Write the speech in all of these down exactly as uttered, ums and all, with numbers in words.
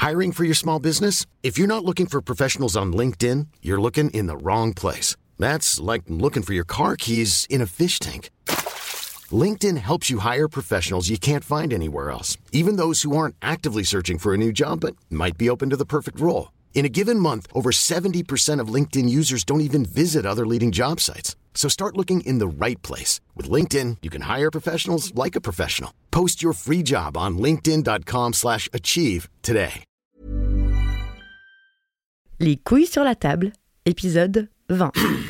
Hiring for your small business? If you're not looking for professionals on LinkedIn, you're looking in the wrong place. That's like looking for your car keys in a fish tank. LinkedIn helps you hire professionals you can't find anywhere else, even those who aren't actively searching for a new job but might be open to the perfect role. In a given month, over seventy percent of LinkedIn users don't even visit other leading job sites. So start looking in the right place. With LinkedIn, you can hire professionals like a professional. Post your free job on linkedin.com slash achieve today. Les couilles sur la table, épisode vingt.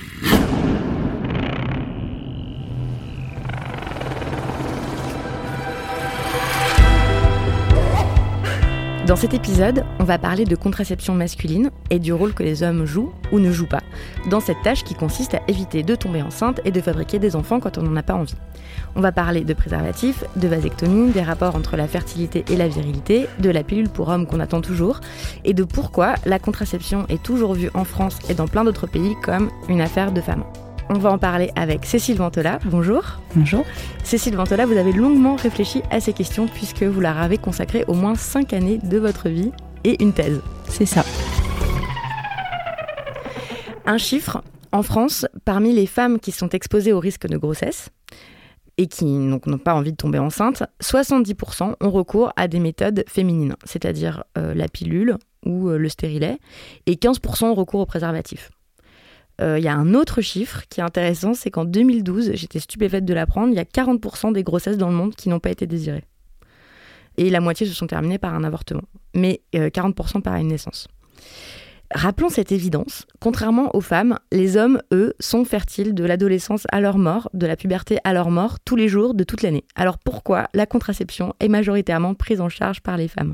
Dans cet épisode, on va parler de contraception masculine et du rôle que les hommes jouent ou ne jouent pas dans cette tâche qui consiste à éviter de tomber enceinte et de fabriquer des enfants quand on n'en a pas envie. On va parler de préservatifs, de vasectomie, des rapports entre la fertilité et la virilité, de la pilule pour hommes qu'on attend toujours et de pourquoi la contraception est toujours vue en France et dans plein d'autres pays comme une affaire de femmes. On va en parler avec Cécile Ventola. Bonjour. Bonjour. Cécile Ventola, vous avez longuement réfléchi à ces questions puisque vous leur avez consacré au moins cinq années de votre vie et une thèse. C'est ça. Un chiffre, en France, parmi les femmes qui sont exposées au risque de grossesse et qui donc, n'ont pas envie de tomber enceinte, soixante-dix pour cent ont recours à des méthodes féminines, c'est-à-dire euh, la pilule ou euh, le stérilet, et quinze pour cent ont recours au préservatif. Il euh, y a un autre chiffre qui est intéressant, c'est qu'en deux mille douze, j'étais stupéfaite de l'apprendre, il y a quarante pour cent des grossesses dans le monde qui n'ont pas été désirées. Et la moitié se sont terminées par un avortement, mais euh, quarante pour cent par une naissance. Rappelons cette évidence, contrairement aux femmes, les hommes, eux, sont fertiles de l'adolescence à leur mort, de la puberté à leur mort, tous les jours de toute l'année. Alors pourquoi la contraception est majoritairement prise en charge par les femmes ?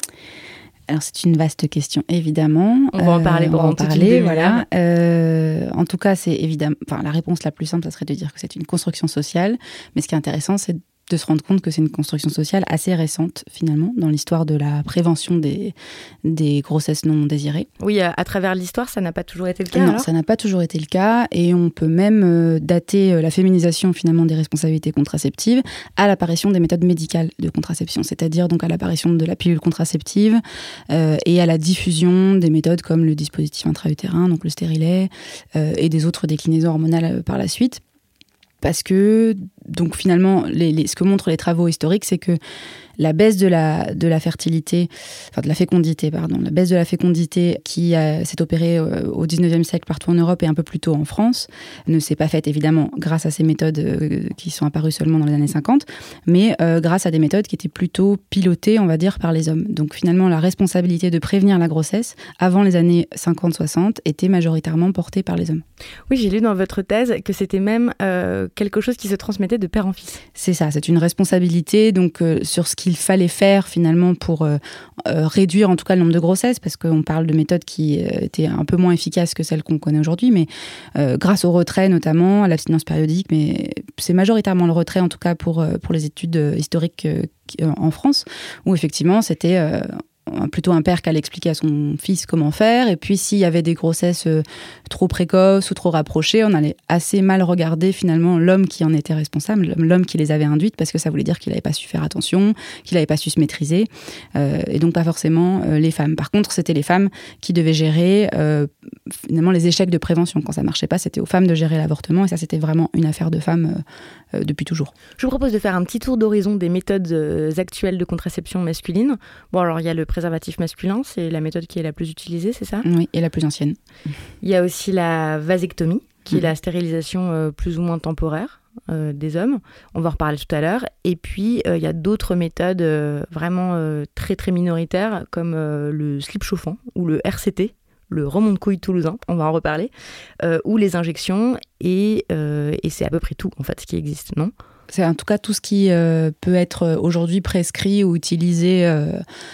Alors c'est une vaste question, évidemment. On va en parler, euh, on va en parler, voilà. voilà. Euh, en tout cas, c'est évidemment. Enfin, la réponse la plus simple, ça serait de dire que c'est une construction sociale. Mais ce qui est intéressant, c'est de se rendre compte que c'est une construction sociale assez récente, finalement, dans l'histoire de la prévention des, des grossesses non désirées. Oui, à travers l'histoire, ça n'a pas toujours été le cas, Non, alors ça n'a pas toujours été le cas. Et on peut même euh, dater euh, la féminisation, finalement, des responsabilités contraceptives à l'apparition des méthodes médicales de contraception, c'est-à-dire donc à l'apparition de la pilule contraceptive euh, et à la diffusion des méthodes comme le dispositif intra-utérin, donc le stérilet, euh, et des autres déclinaisons hormonales euh, par la suite. Parce que, donc finalement, les, les, ce que montrent les travaux historiques, c'est que la baisse de la, de la fertilité, enfin de la fécondité, pardon, la baisse de la fécondité qui euh, s'est opérée euh, au dix-neuvième siècle partout en Europe et un peu plus tôt en France, ne s'est pas faite évidemment grâce à ces méthodes euh, qui sont apparues seulement dans les années cinquante, mais euh, grâce à des méthodes qui étaient plutôt pilotées, on va dire, par les hommes. Donc finalement, la responsabilité de prévenir la grossesse, avant les années cinquante soixante, était majoritairement portée par les hommes. Oui, j'ai lu dans votre thèse que c'était même euh, quelque chose qui se transmettait de père en fils. C'est ça, c'est une responsabilité donc, euh, sur ce qu'il fallait faire finalement pour euh, euh, réduire en tout cas le nombre de grossesses, parce qu'on parle de méthodes qui euh, étaient un peu moins efficaces que celles qu'on connaît aujourd'hui, mais euh, grâce au retrait notamment, à l'abstinence périodique, mais c'est majoritairement le retrait en tout cas pour, euh, pour les études euh, historiques euh, en France, où effectivement c'était... Euh, plutôt un père qui allait expliquer à son fils comment faire, et puis s'il y avait des grossesses euh, trop précoces ou trop rapprochées, on allait assez mal regarder finalement l'homme qui en était responsable, l'homme qui les avait induites, parce que ça voulait dire qu'il n'avait pas su faire attention, qu'il n'avait pas su se maîtriser, euh, et donc pas forcément euh, les femmes. Par contre, c'était les femmes qui devaient gérer euh, finalement les échecs de prévention. Quand ça ne marchait pas, c'était aux femmes de gérer l'avortement, et ça c'était vraiment une affaire de femmes euh, euh, depuis toujours. Je vous propose de faire un petit tour d'horizon des méthodes euh, actuelles de contraception masculine. Bon, alors il y a le préservatif masculin, c'est la méthode qui est la plus utilisée, c'est ça ? Oui, et la plus ancienne. Il y a aussi la vasectomie, qui mmh. est la stérilisation euh, plus ou moins temporaire euh, des hommes. On va en reparler tout à l'heure. Et puis, euh, il y a d'autres méthodes euh, vraiment euh, très, très minoritaires, comme euh, le slip chauffant ou le R C T, le remonte-couille toulousain, on va en reparler, euh, ou les injections, et, euh, et c'est à peu près tout, en fait, ce qui existe, non ? C'est en tout cas tout ce qui euh, peut être aujourd'hui prescrit ou utilisé euh,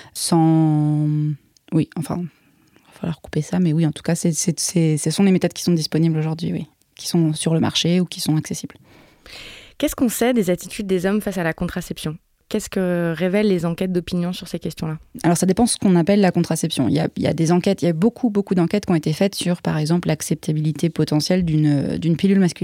sans... Oui, enfin, il va falloir couper ça, mais oui, en tout cas, c'est, c'est, c'est, ce sont les méthodes qui sont disponibles aujourd'hui, oui, qui sont sur le marché ou qui sont accessibles. Qu'est-ce qu'on sait des attitudes des hommes face à la contraception ? Qu'est-ce que révèlent les enquêtes d'opinion sur ces questions-là ? Alors, ça dépend de ce qu'on appelle la contraception. Il y a, il y a des enquêtes, il y a beaucoup, beaucoup d'enquêtes qui ont été faites sur, par exemple, l'acceptabilité potentielle d'une, d'une pilule masculine.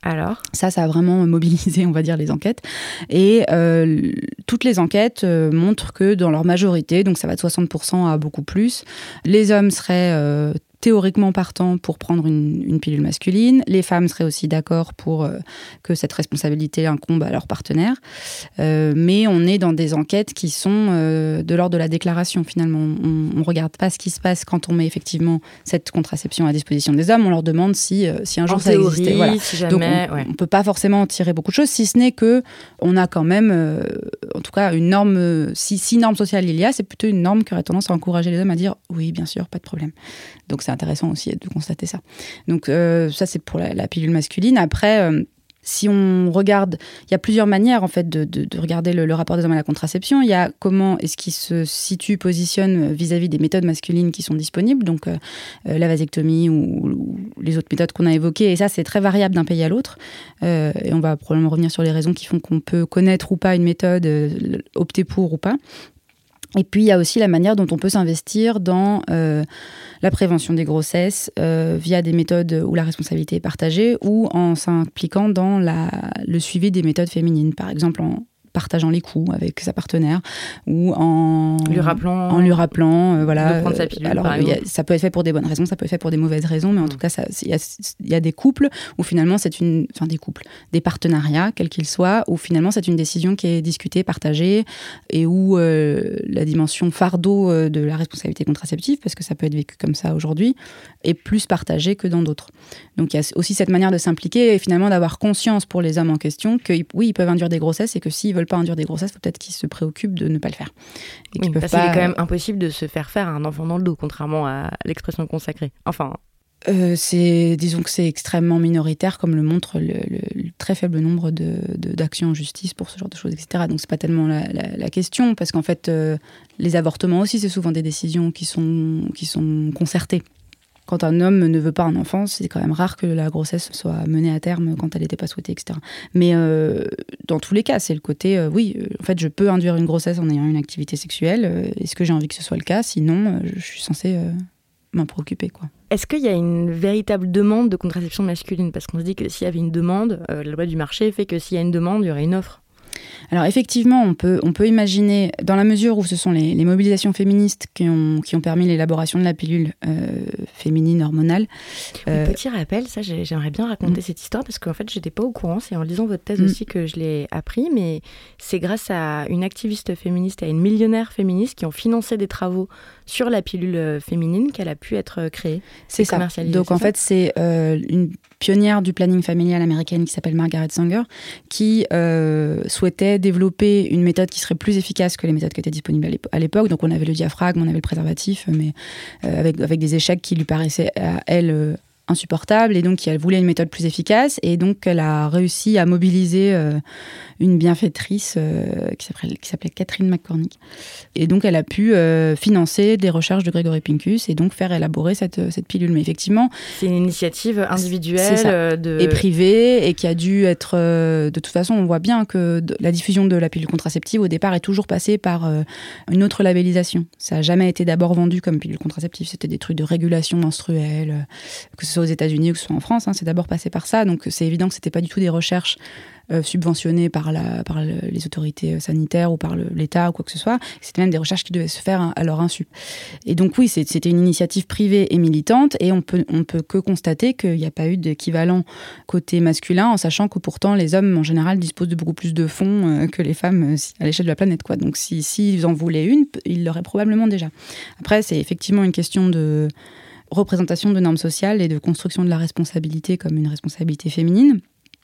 Alors ? Ça, ça a vraiment mobilisé, on va dire, les enquêtes. Et euh, toutes les enquêtes euh, montrent que dans leur majorité, donc ça va de soixante pour cent à beaucoup plus, les hommes seraient euh, théoriquement partants pour prendre une, une pilule masculine. Les femmes seraient aussi d'accord pour euh, que cette responsabilité incombe à leur partenaire. Euh, mais on est dans des enquêtes qui sont euh, de l'ordre de la déclaration, finalement. On ne regarde pas ce qui se passe quand on met effectivement cette contraception à disposition des hommes. On leur demande si, euh, si un jour en ça théorie, existait. Voilà. Si jamais, Donc on ouais. ne peut pas forcément en tirer beaucoup de choses, si ce n'est qu'on a quand même, euh, en tout cas, une norme, euh, si, si norme sociale il y a, c'est plutôt une norme qui aurait tendance à encourager les hommes à dire « oui, bien sûr, pas de problème ». Donc c'est intéressant aussi de constater ça. Donc euh, ça, c'est pour la, la pilule masculine. Après, euh, si on regarde, il y a plusieurs manières en fait de, de, de regarder le, le rapport des hommes à la contraception. Il y a comment est-ce qu'ils se situent, positionnent vis-à-vis des méthodes masculines qui sont disponibles, donc euh, la vasectomie ou, ou les autres méthodes qu'on a évoquées. Et ça, c'est très variable d'un pays à l'autre. Euh, et on va probablement revenir sur les raisons qui font qu'on peut connaître ou pas une méthode, euh, opter pour ou pas. Et puis, il y a aussi la manière dont on peut s'investir dans euh, la prévention des grossesses euh, via des méthodes où la responsabilité est partagée ou en s'impliquant dans la, le suivi des méthodes féminines. Par exemple, en partageant les coûts avec sa partenaire ou en lui rappelant, en lui rappelant euh, voilà, de prendre sa pilule, alors par y a, ça peut être fait pour des bonnes raisons, ça peut être fait pour des mauvaises raisons, mais en mmh. tout cas il y a, y a des couples où finalement c'est une enfin des couples des partenariats quels qu'ils soient où finalement c'est une décision qui est discutée, partagée et où euh, la dimension fardeau euh, de la responsabilité contraceptive, parce que ça peut être vécu comme ça aujourd'hui, est plus partagée que dans d'autres. Donc il y a aussi cette manière de s'impliquer et finalement d'avoir conscience pour les hommes en question que oui, ils peuvent induire des grossesses et que s'ils veulent pas induire des grossesses, il faut peut-être qu'ils se préoccupent de ne pas le faire. Et oui, parce pas... qu'il est quand même impossible de se faire faire un enfant dans le dos, contrairement à l'expression consacrée. Enfin... Euh, c'est, disons que c'est extrêmement minoritaire, comme le montre le, le, le très faible nombre de, de, d'actions en justice pour ce genre de choses, et cetera. Donc c'est pas tellement la, la, la question, parce qu'en fait, euh, les avortements aussi, c'est souvent des décisions qui sont, qui sont concertées. Quand un homme ne veut pas un enfant, c'est quand même rare que la grossesse soit menée à terme quand elle n'était pas souhaitée, et cetera. Mais euh, dans tous les cas, c'est le côté, euh, oui, euh, en fait, je peux induire une grossesse en ayant une activité sexuelle. Euh, est-ce que j'ai envie que ce soit le cas ? Sinon, euh, je suis censée euh, m'en préoccuper, quoi. Est-ce qu'il y a une véritable demande de contraception masculine ? Parce qu'on se dit que s'il y avait une demande, euh, la loi du marché fait que s'il y a une demande, il y aurait une offre. Alors effectivement, on peut, on peut imaginer, dans la mesure où ce sont les, les mobilisations féministes qui ont, qui ont permis l'élaboration de la pilule euh, féminine hormonale. Euh... Oui, petit rappel, ça j'ai, j'aimerais bien raconter mmh. cette histoire parce qu'en fait j'étais pas au courant, c'est en lisant votre thèse mmh. aussi que je l'ai appris, mais c'est grâce à une activiste féministe, à une millionnaire féministe qui ont financé des travaux sur la pilule féminine qu'elle a pu être créée. C'est ça. Donc c'est en ça fait c'est euh, une pionnière du planning familial américaine qui s'appelle Margaret Sanger, qui euh, souhaitait développer une méthode qui serait plus efficace que les méthodes qui étaient disponibles à l'époque. Donc on avait le diaphragme, on avait le préservatif, mais euh, avec, avec des échecs qui lui paraissaient à elle euh, insupportables. Et donc elle voulait une méthode plus efficace. Et donc elle a réussi à mobiliser euh, une bienfaitrice euh, qui, s'appelait, qui s'appelait Catherine McCormick. Et donc elle a pu euh, financer des recherches de Gregory Pincus et donc faire élaborer cette, cette pilule. Mais effectivement... C'est une initiative individuelle de... et privée et qui a dû être... Euh, de toute façon, on voit bien que la diffusion de la pilule contraceptive, au départ, est toujours passée par euh, une autre labellisation. Ça n'a jamais été d'abord vendu comme pilule contraceptive. C'était des trucs de régulation menstruelle, euh, que ce soit aux États-Unis ou que ce soit en France. Hein, c'est d'abord passé par ça. Donc c'est évident que ce n'était pas du tout des recherches Euh, subventionnées par, la, par le, les autorités sanitaires ou par le, l'État ou quoi que ce soit. C'était même des recherches qui devaient se faire à leur insu. Et donc oui, c'est, c'était une initiative privée et militante et on peut, on peut que constater qu'il n'y a pas eu d'équivalent côté masculin, en sachant que pourtant les hommes en général disposent de beaucoup plus de fonds euh, que les femmes euh, à l'échelle de la planète, quoi. Donc si, s'ils en voulaient une, ils l'auraient probablement déjà. Après, c'est effectivement une question de représentation de normes sociales et de construction de la responsabilité comme une responsabilité féminine.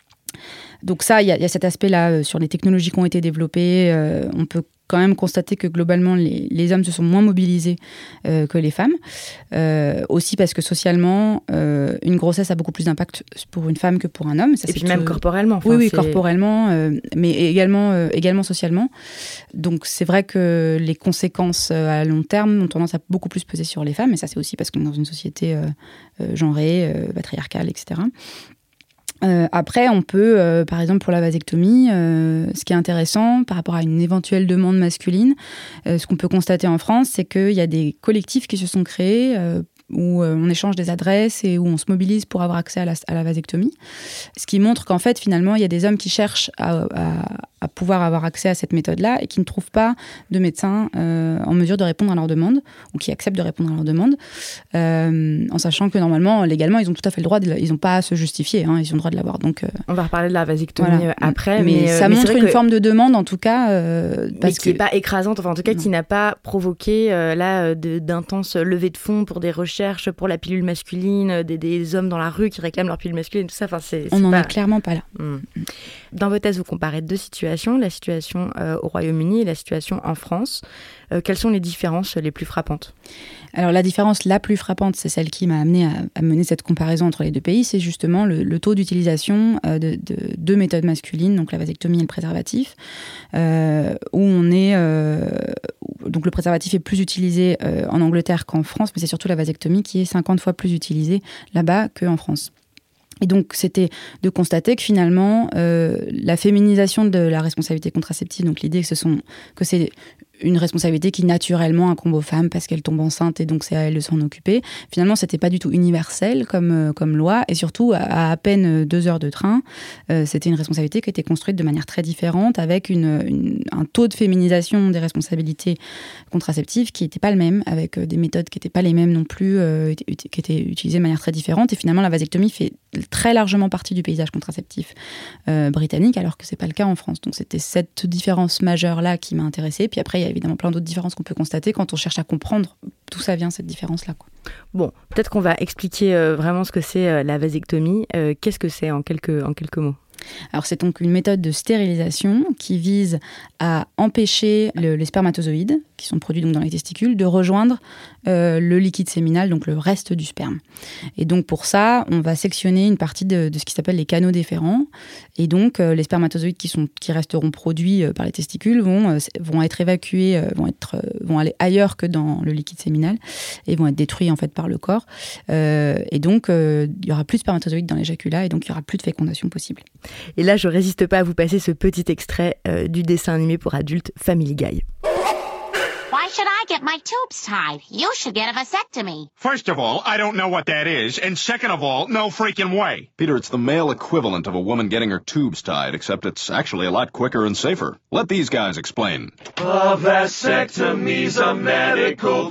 Donc ça, il y, y a cet aspect-là euh, sur les technologies qui ont été développées. Euh, on peut quand même constater que globalement, les, les hommes se sont moins mobilisés euh, que les femmes. Euh, aussi parce que socialement, euh, une grossesse a beaucoup plus d'impact pour une femme que pour un homme. Ça, et c'est puis même tout... corporellement. Enfin, oui, oui, c'est... corporellement, euh, mais également, euh, également socialement. Donc c'est vrai que les conséquences à long terme ont tendance à beaucoup plus peser sur les femmes. Et ça, c'est aussi parce qu'on est dans une société euh, euh, genrée, euh, patriarcale, et cetera. Euh, après, on peut, euh, par exemple pour la vasectomie, euh, ce qui est intéressant par rapport à une éventuelle demande masculine, euh, ce qu'on peut constater en France, c'est qu'il y a des collectifs qui se sont créés euh, où euh, on échange des adresses et où on se mobilise pour avoir accès à la, à la vasectomie. Ce qui montre qu'en fait, finalement, il y a des hommes qui cherchent à, à, à pouvoir avoir accès à cette méthode-là et qui ne trouvent pas de médecin euh, en mesure de répondre à leurs demandes ou qui acceptent de répondre à leurs demandes, euh, en sachant que normalement, légalement, ils ont tout à fait le droit, de, ils n'ont pas à se justifier, hein, ils ont le droit de l'avoir. Donc, euh, on va reparler de la vasectomie voilà. après. Mais, mais ça mais montre une que... forme de demande, en tout cas. Euh, parce mais qui n'est que... pas écrasante, enfin en tout cas, non. qui n'a pas provoqué euh, là, de, d'intenses levées de fonds pour des recherches pour la pilule masculine, des, des hommes dans la rue qui réclament leur pilule masculine, tout ça. Enfin, c'est, c'est on n'en pas... est clairement pas là. Mmh. Dans vos thèses, vous comparez deux situations, la situation euh, au Royaume-Uni et la situation en France. Euh, quelles sont les différences les plus frappantes ? Alors la différence la plus frappante, c'est celle qui m'a amené à, à mener cette comparaison entre les deux pays, c'est justement le, le taux d'utilisation euh, de, de deux méthodes masculines, donc la vasectomie et le préservatif, euh, où on est... Euh, donc le préservatif est plus utilisé euh, en Angleterre qu'en France, mais c'est surtout la vasectomie qui est cinquante fois plus utilisée là-bas qu'en France. Et donc, c'était de constater que finalement, euh, la féminisation de la responsabilité contraceptive, donc l'idée que, ce sont, que c'est une responsabilité qui naturellement incombe aux femmes parce qu'elles tombent enceintes et donc c'est à elles de s'en occuper. Finalement, c'était pas du tout universel comme, euh, comme loi et surtout, à à peine deux heures de train, euh, c'était une responsabilité qui était construite de manière très différente avec une, une, un taux de féminisation des responsabilités contraceptives qui n'était pas le même, avec des méthodes qui n'étaient pas les mêmes non plus, euh, qui étaient utilisées de manière très différente. Et finalement, la vasectomie fait très largement partie du paysage contraceptif euh, britannique, alors que c'est pas le cas en France. Donc c'était cette différence majeure-là qui m'a intéressée. Puis après, il y a évidemment plein d'autres différences qu'on peut constater quand on cherche à comprendre d'où ça vient, cette différence-là, quoi. Bon, peut-être qu'on va expliquer euh, vraiment ce que c'est euh, la vasectomie. Euh, qu'est-ce que c'est en quelques, en quelques mots ? Alors c'est donc une méthode de stérilisation qui vise à empêcher le, les spermatozoïdes, qui sont produits donc dans les testicules, de rejoindre euh, le liquide séminal, donc le reste du sperme. Et donc pour ça, on va sectionner une partie de, de ce qui s'appelle les canaux déférents. Et donc euh, les spermatozoïdes qui, sont, qui resteront produits euh, par les testicules vont, euh, vont être évacués, euh, vont, être, euh, vont aller ailleurs que dans le liquide séminal et vont être détruits en fait par le corps. Euh, et donc euh, il n'y aura plus de spermatozoïdes dans l'éjaculat et donc il n'y aura plus de fécondation possible. Et là, je résiste pas à vous passer ce petit extrait euh, du dessin animé pour adultes Family Guy. Why should I get my tubes tied? You should get a vasectomy. First of all, I don't know what that is, and second of all, no freaking way. Peter, it's the male equivalent of a woman getting her tubes tied, except it's actually a lot quicker and safer. Let these guys explain. A vasectomy's a medical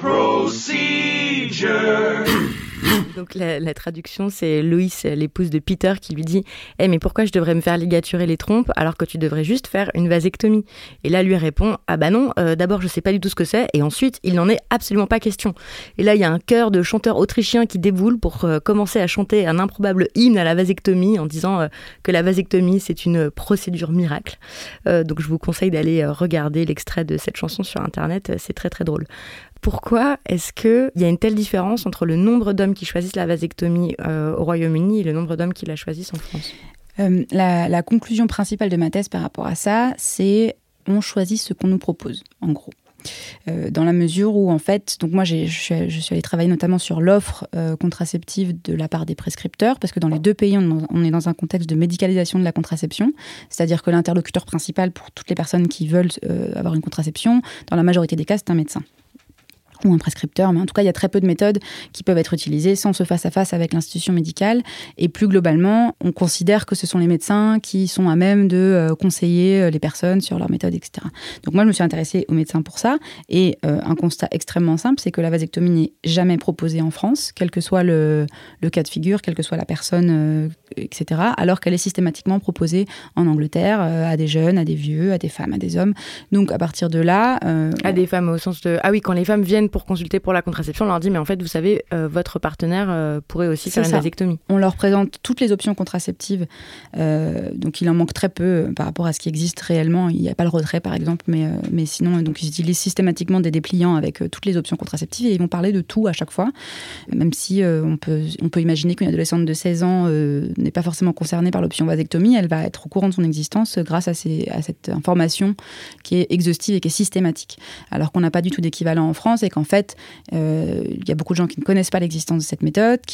procedure. Donc la, la traduction, c'est Loïs, l'épouse de Peter, qui lui dit hey, « mais pourquoi je devrais me faire ligaturer les trompes alors que tu devrais juste faire une vasectomie ?» Et là, lui répond « Ah bah non, euh, d'abord je sais pas du tout ce que c'est et ensuite il n'en est absolument pas question. » Et là, il y a un chœur de chanteurs autrichiens qui déboule pour euh, commencer à chanter un improbable hymne à la vasectomie en disant euh, que la vasectomie c'est une procédure miracle. Euh, donc je vous conseille d'aller euh, regarder l'extrait de cette chanson sur internet, c'est très très drôle. Pourquoi est-ce qu'il y a une telle différence entre le nombre d'hommes qui choisissent la vasectomie euh, au Royaume-Uni et le nombre d'hommes qui la choisissent en France ? euh, la, la conclusion principale de ma thèse par rapport à ça, c'est on choisit ce qu'on nous propose, en gros. Euh, dans la mesure où, en fait, donc moi, j'ai, je, suis, je suis allée travailler notamment sur l'offre euh, contraceptive de la part des prescripteurs, parce que dans les deux pays, on, on est dans un contexte de médicalisation de la contraception, c'est-à-dire que l'interlocuteur principal pour toutes les personnes qui veulent euh, avoir une contraception, dans la majorité des cas, c'est un médecin ou un prescripteur, mais en tout cas, il y a très peu de méthodes qui peuvent être utilisées sans ce face-à-face avec l'institution médicale. Et plus globalement, on considère que ce sont les médecins qui sont à même de euh, conseiller les personnes sur leurs méthodes, et cetera. Donc moi, je me suis intéressée aux médecins pour ça. Et euh, un constat extrêmement simple, c'est que la vasectomie n'est jamais proposée en France, quel que soit le, le cas de figure, quelle que soit la personne, euh, et cetera, alors qu'elle est systématiquement proposée en Angleterre euh, à des jeunes, à des vieux, à des femmes, à des hommes. Donc à partir de là... Euh, à des femmes au sens de... Ah oui, quand les femmes viennent pour consulter pour la contraception, on leur dit mais en fait vous savez euh, votre partenaire euh, pourrait aussi c'est faire ça. Une vasectomie. On leur présente toutes les options contraceptives, euh, donc il en manque très peu euh, par rapport à ce qui existe réellement. Il n'y a pas le retrait par exemple, mais, euh, mais sinon donc ils utilisent systématiquement des dépliants avec euh, toutes les options contraceptives et ils vont parler de tout à chaque fois, même si euh, on, peut, on peut imaginer qu'une adolescente de seize ans euh, n'est pas forcément concernée par l'option vasectomie, elle va être au courant de son existence grâce à, ces, à cette information qui est exhaustive et qui est systématique, alors qu'on n'a pas du tout d'équivalent en France et qu'en fait il euh, y a beaucoup de gens qui ne connaissent pas l'existence de cette méthode, qui ne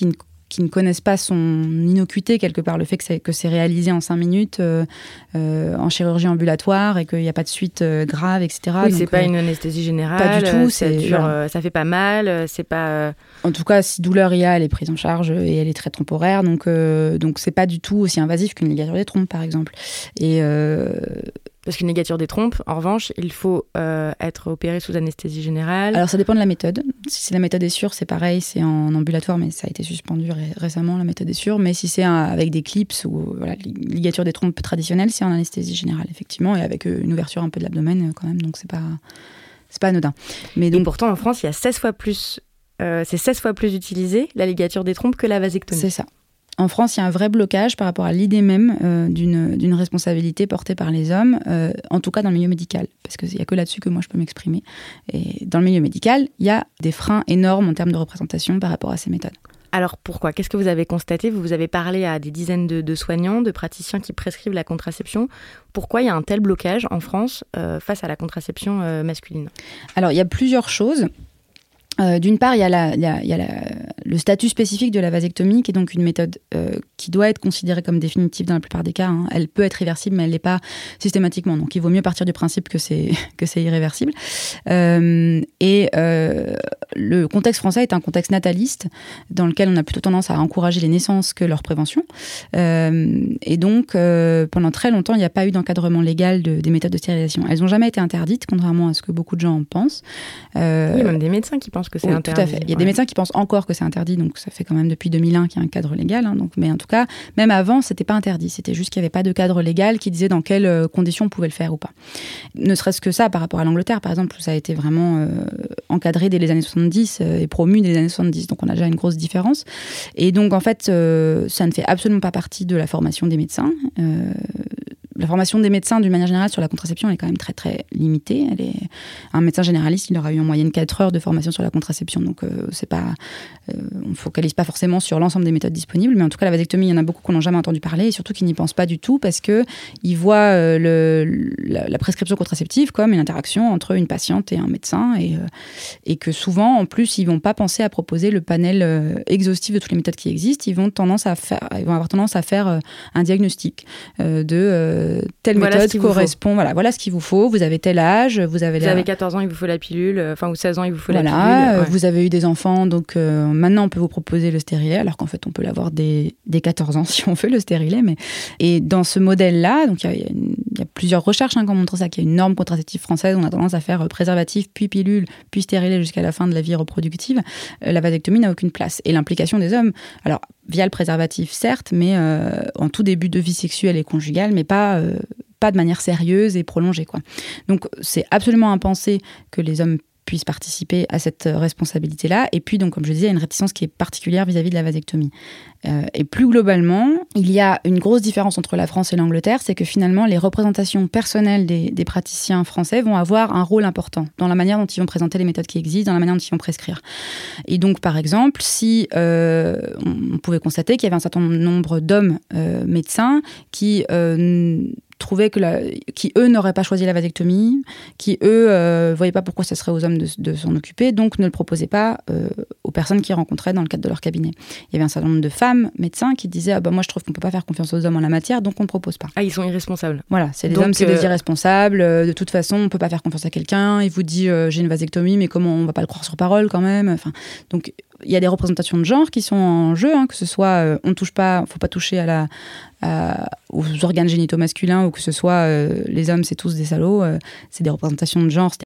qui ne connaissent pas son innocuité, quelque part, le fait que c'est, que c'est réalisé en cinq minutes euh, euh, en chirurgie ambulatoire et qu'il n'y a pas de suite euh, grave, et cetera. Oui, Donc, c'est pas euh, une anesthésie générale. pas du tout, Ça, c'est- dure, voilà. euh, ça fait pas mal. euh, C'est pas. euh, En tout cas, si douleur il y a, elle est prise en charge et elle est très temporaire. Donc, euh, donc c'est pas du tout aussi invasif qu'une ligature des trompes, par exemple. Et euh, Parce qu'une ligature des trompes, en revanche, il faut euh, être opéré sous anesthésie générale. alors, ça dépend de la méthode. Si la méthode est sûre, c'est pareil, c'est en ambulatoire, mais ça a été suspendu ré- récemment, la méthode est sûre. Mais si c'est un- avec des clips ou voilà, ligature des trompes traditionnelle, c'est en anesthésie générale, effectivement, et avec euh, une ouverture un peu de l'abdomen euh, quand même. Donc, c'est pas, c'est pas anodin. Mais Et donc, pourtant, en France, il y a seize fois plus. euh, c'est seize fois plus utilisé, la ligature des trompes, que la vasectomie. c'est ça. En France, il y a un vrai blocage par rapport à l'idée même euh, d'une, d'une responsabilité portée par les hommes, euh, en tout cas dans le milieu médical, parce qu'il n'y a que là-dessus que moi je peux m'exprimer. Et dans le milieu médical, il y a des freins énormes en termes de représentation par rapport à ces méthodes. Alors pourquoi ? Qu'est-ce que vous avez constaté ? Vous vous avez parlé à des dizaines de, de soignants, de praticiens qui prescrivent la contraception. Pourquoi il y a un tel blocage en France euh, face à la contraception euh, masculine ? Alors, il y a plusieurs choses. Euh, d'une part, il y a, la, il y a, il y a la, le statut spécifique de la vasectomie, qui est donc une méthode euh, qui doit être considérée comme définitive dans la plupart des cas. Hein. Elle peut être réversible, mais elle n'est pas systématiquement. Donc, il vaut mieux partir du principe que c'est, que c'est irréversible. Euh, et euh, le contexte français est un contexte nataliste, dans lequel on a plutôt tendance à encourager les naissances que leur prévention. Euh, et donc, euh, pendant très longtemps, il n'y a pas eu d'encadrement légal de, des méthodes de stérilisation. Elles n'ont jamais été interdites, contrairement à ce que beaucoup de gens pensent. Euh, Il y a même des médecins qui pensent que c'est oui, interdit. tout à fait. Il y a Ouais. des médecins qui pensent encore que c'est interdit, donc ça fait quand même depuis deux mille un qu'il y a un cadre légal. Hein, donc, mais en tout cas, même avant, c'était pas interdit. C'était juste qu'il n'y avait pas de cadre légal qui disait dans quelles euh, conditions on pouvait le faire ou pas. Ne serait-ce que ça par rapport à l'Angleterre, par exemple, où ça a été vraiment euh, encadré dès les années soixante-dix euh, et promu dès les années soixante-dix. Donc on a déjà une grosse différence. Et donc en fait, euh, ça ne fait absolument pas partie de la formation des médecins. Euh, La formation des médecins, d'une manière générale, sur la contraception, elle est quand même très, très limitée. Elle est... Un médecin généraliste, il aura eu en moyenne quatre heures de formation sur la contraception. Donc, euh, c'est pas... Euh, on ne focalise pas forcément sur l'ensemble des méthodes disponibles. Mais en tout cas, la vasectomie, il y en a beaucoup qu'on n'a jamais entendu parler et surtout qui n'y pensent pas du tout parce qu'ils voient euh, le, la, la prescription contraceptive comme une interaction entre une patiente et un médecin. Et, euh, et que souvent, en plus, ils ne vont pas penser à proposer le panel euh, exhaustif de toutes les méthodes qui existent. Ils vont, tendance à faire, ils vont avoir tendance à faire euh, un diagnostic euh, de... Euh, telle Voilà méthode ce qu'il vous correspond, voilà, voilà ce qu'il vous faut, vous avez tel âge, vous avez, Vous la... avez quatorze ans, il vous faut la pilule, euh, enfin, ou seize ans, il vous faut voilà, la pilule. euh, Ouais. vous avez eu des enfants, donc euh, maintenant on peut vous proposer le stérilet, alors qu'en fait on peut l'avoir dès, dès quatorze ans si on veut le stérilet. Mais... Et dans ce modèle-là, donc il y, y a plusieurs recherches hein, qui ont montré ça, qu'il y a une norme contraceptive française, on a tendance à faire euh, préservatif, puis pilule, puis stérilet jusqu'à la fin de la vie reproductive. Euh, la vasectomie n'a aucune place. Et l'implication des hommes, alors via le préservatif certes, mais euh, en tout début de vie sexuelle et conjugale, mais pas... Euh, pas de manière sérieuse et prolongée, quoi. Donc, c'est absolument impensé que les hommes puissent participer à cette responsabilité-là. Et puis, donc, comme je disais, il y a une réticence qui est particulière vis-à-vis de la vasectomie. Euh, et plus globalement, il y a une grosse différence entre la France et l'Angleterre, c'est que finalement, les représentations personnelles des, des praticiens français vont avoir un rôle important dans la manière dont ils vont présenter les méthodes qui existent, dans la manière dont ils vont prescrire. Et donc, par exemple, si euh, on pouvait constater qu'il y avait un certain nombre d'hommes euh, médecins qui... Euh, trouvaient que la, qui eux n'auraient pas choisi la vasectomie, qui eux euh, voyaient pas pourquoi ce serait aux hommes de, de s'en occuper, donc ne le proposaient pas euh, aux personnes qu'ils rencontraient dans le cadre de leur cabinet. Il y avait un certain nombre de femmes médecins qui disaient ah bah moi je trouve qu'on peut pas faire confiance aux hommes en la matière, donc on ne propose pas. Ah, ils sont irresponsables. Voilà, c'est des donc, hommes, c'est euh... des irresponsables. De toute façon, on peut pas faire confiance à quelqu'un. Il vous dit euh, j'ai une vasectomie, mais comment on va pas le croire sur parole quand même. Enfin, donc il y a des représentations de genre qui sont en jeu, hein, que ce soit euh, on ne touche pas, faut pas toucher à la, à, aux organes génitaux masculins ou que ce soit euh, les hommes c'est tous des salauds, euh, c'est des représentations de genre.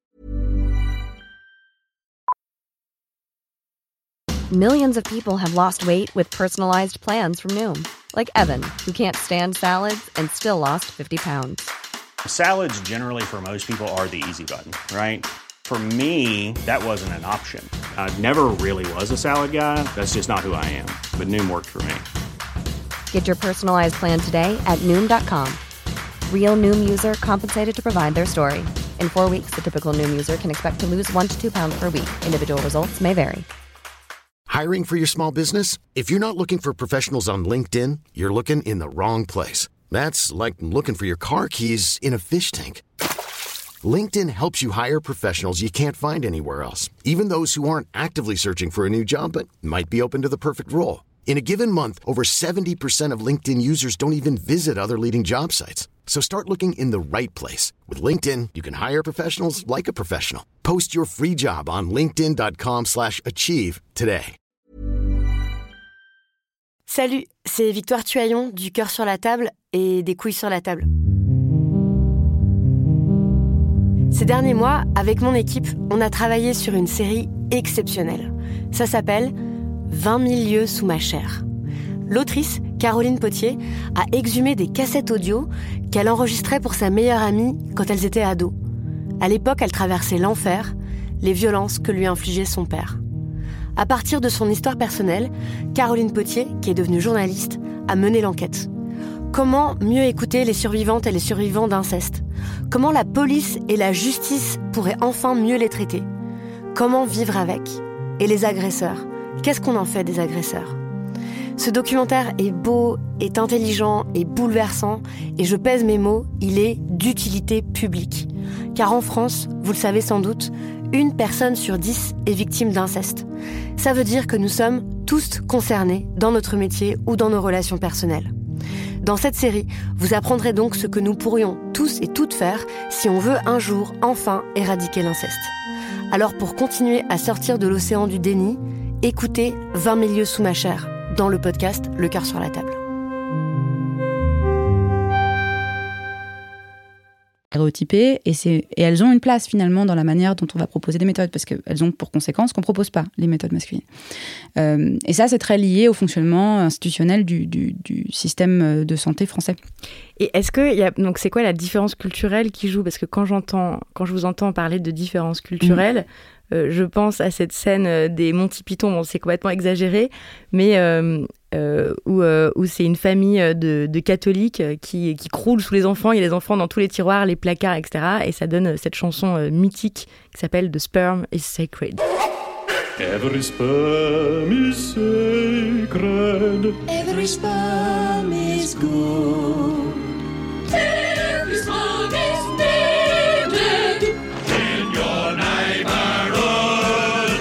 Millions of people have lost weight with personalized plans from Noom, like Evan, who can't stand salads and still lost fifty pounds. Salads generally for most people are the easy button, right? For me, that wasn't an option. I never really was a salad guy. That's just not who I am. But Noom worked for me. Get your personalized plan today at Noom dot com. Real Noom user compensated to provide their story. In four weeks, the typical Noom user can expect to lose one to two pounds per week. Individual results may vary. Hiring for your small business? If you're not looking for professionals on LinkedIn, you're looking in the wrong place. That's like looking for your car keys in a fish tank. LinkedIn helps you hire professionals you can't find anywhere else, even those who aren't actively searching for a new job but might be open to the perfect role. In a given month, over seventy percent of LinkedIn users don't even visit other leading job sites. So start looking in the right place. With LinkedIn, you can hire professionals like a professional. Post your free job on linkedin.com slash achieve today. Salut, c'est Victoire Tuaillon du Cœur sur la table et des couilles sur la table. Ces derniers mois, avec mon équipe, on a travaillé sur une série exceptionnelle. Ça s'appelle vingt mille lieues sous ma chair. L'autrice, Caroline Potier, a exhumé des cassettes audio qu'elle enregistrait pour sa meilleure amie quand elles étaient ados. À l'époque, elle traversait l'enfer, les violences que lui infligeait son père. À partir de son histoire personnelle, Caroline Potier, qui est devenue journaliste, a mené l'enquête. Comment mieux écouter les survivantes et les survivants d'inceste ? Comment la police et la justice pourraient enfin mieux les traiter ? Comment vivre avec ? Et les agresseurs ? Qu'est-ce qu'on en fait des agresseurs ? Ce documentaire est beau, est intelligent, est bouleversant, et je pèse mes mots, il est d'utilité publique. Car en France, vous le savez sans doute, une personne sur dix est victime d'inceste. Ça veut dire que nous sommes tous concernés dans notre métier ou dans nos relations personnelles. Dans cette série, vous apprendrez donc ce que nous pourrions tous et toutes faire si on veut un jour enfin éradiquer l'inceste. Alors pour continuer à sortir de l'océan du déni, écoutez vingt mille lieues sous ma chair dans le podcast Le Cœur sur la table. Stéréotypées et, c'est, et elles ont une place finalement dans la manière dont on va proposer des méthodes parce qu'elles ont pour conséquence qu'on ne propose pas les méthodes masculines. Euh, et ça, c'est très lié au fonctionnement institutionnel du, du, du système de santé français. Et est-ce que, y a, donc c'est quoi la différence culturelle qui joue ? Parce que quand, j'entends, quand je vous entends parler de différence culturelle, mmh. euh, je pense à cette scène des Monty Python, bon, c'est complètement exagéré, mais euh, euh, où, euh, où c'est une famille de, de catholiques qui, qui croulent sous les enfants, il y a des enfants dans tous les tiroirs, les placards, et cetera. Et ça donne cette chanson euh, mythique qui s'appelle « The sperm is sacred ». Every sperm is sacred. Every sperm is good. Every sperm is needed in your neighborhood.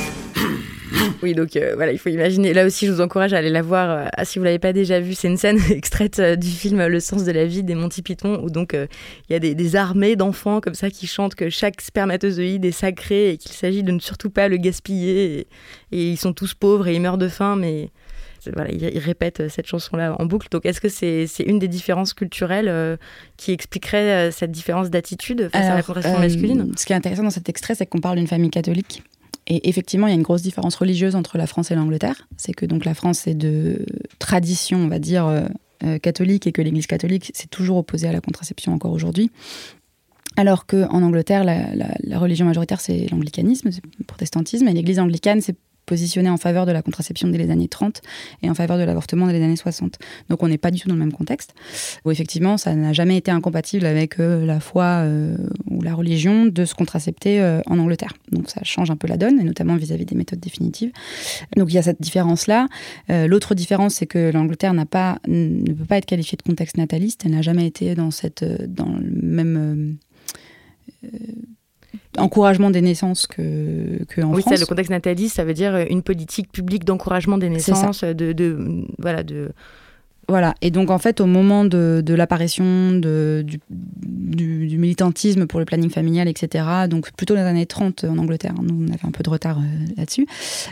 Oui, donc euh, voilà, il faut imaginer. Là aussi, je vous encourage à aller la voir. Euh, si vous ne l'avez pas déjà vue, c'est une scène extraite euh, du film Le sens de la vie des Monty Python, où donc il euh, y a des, des armées d'enfants comme ça qui chantent que chaque spermatozoïde est sacré et qu'il s'agit de ne surtout pas le gaspiller. Et, et ils sont tous pauvres et ils meurent de faim, mais voilà, ils, ils répètent cette chanson-là en boucle. Donc, est-ce que c'est, c'est une des différences culturelles euh, qui expliquerait euh, cette différence d'attitude face Alors, à la contraception euh, masculine ? Ce qui est intéressant dans cet extrait, c'est qu'on parle d'une famille catholique. Et effectivement, il y a une grosse différence religieuse entre la France et l'Angleterre. C'est que donc la France est de tradition, on va dire, euh, catholique, et que l'Église catholique s'est toujours opposée à la contraception encore aujourd'hui. Alors qu'en Angleterre, la, la, la religion majoritaire, c'est l'anglicanisme, c'est le protestantisme, et l'Église anglicane, c'est positionné en faveur de la contraception dès les années trente et en faveur de l'avortement dès les années soixante. Donc on n'est pas du tout dans le même contexte, où effectivement ça n'a jamais été incompatible avec euh, la foi euh, ou la religion de se contracepter euh, en Angleterre. Donc ça change un peu la donne, et notamment vis-à-vis des méthodes définitives. Donc il y a cette différence-là. Euh, l'autre différence, c'est que l'Angleterre n'a pas, ne peut pas être qualifiée de contexte nataliste. Elle n'a jamais été dans, cette, dans le même... Euh, euh, encouragement des naissances que, que en oui, France. Oui, ça, le contexte nataliste, ça veut dire une politique publique d'encouragement des naissances, de, de, voilà, de... Voilà, et donc en fait, au moment de, de l'apparition de, du, du, du militantisme pour le planning familial, et cetera, donc plutôt dans les années trente en Angleterre, nous on avait un peu de retard euh, là-dessus,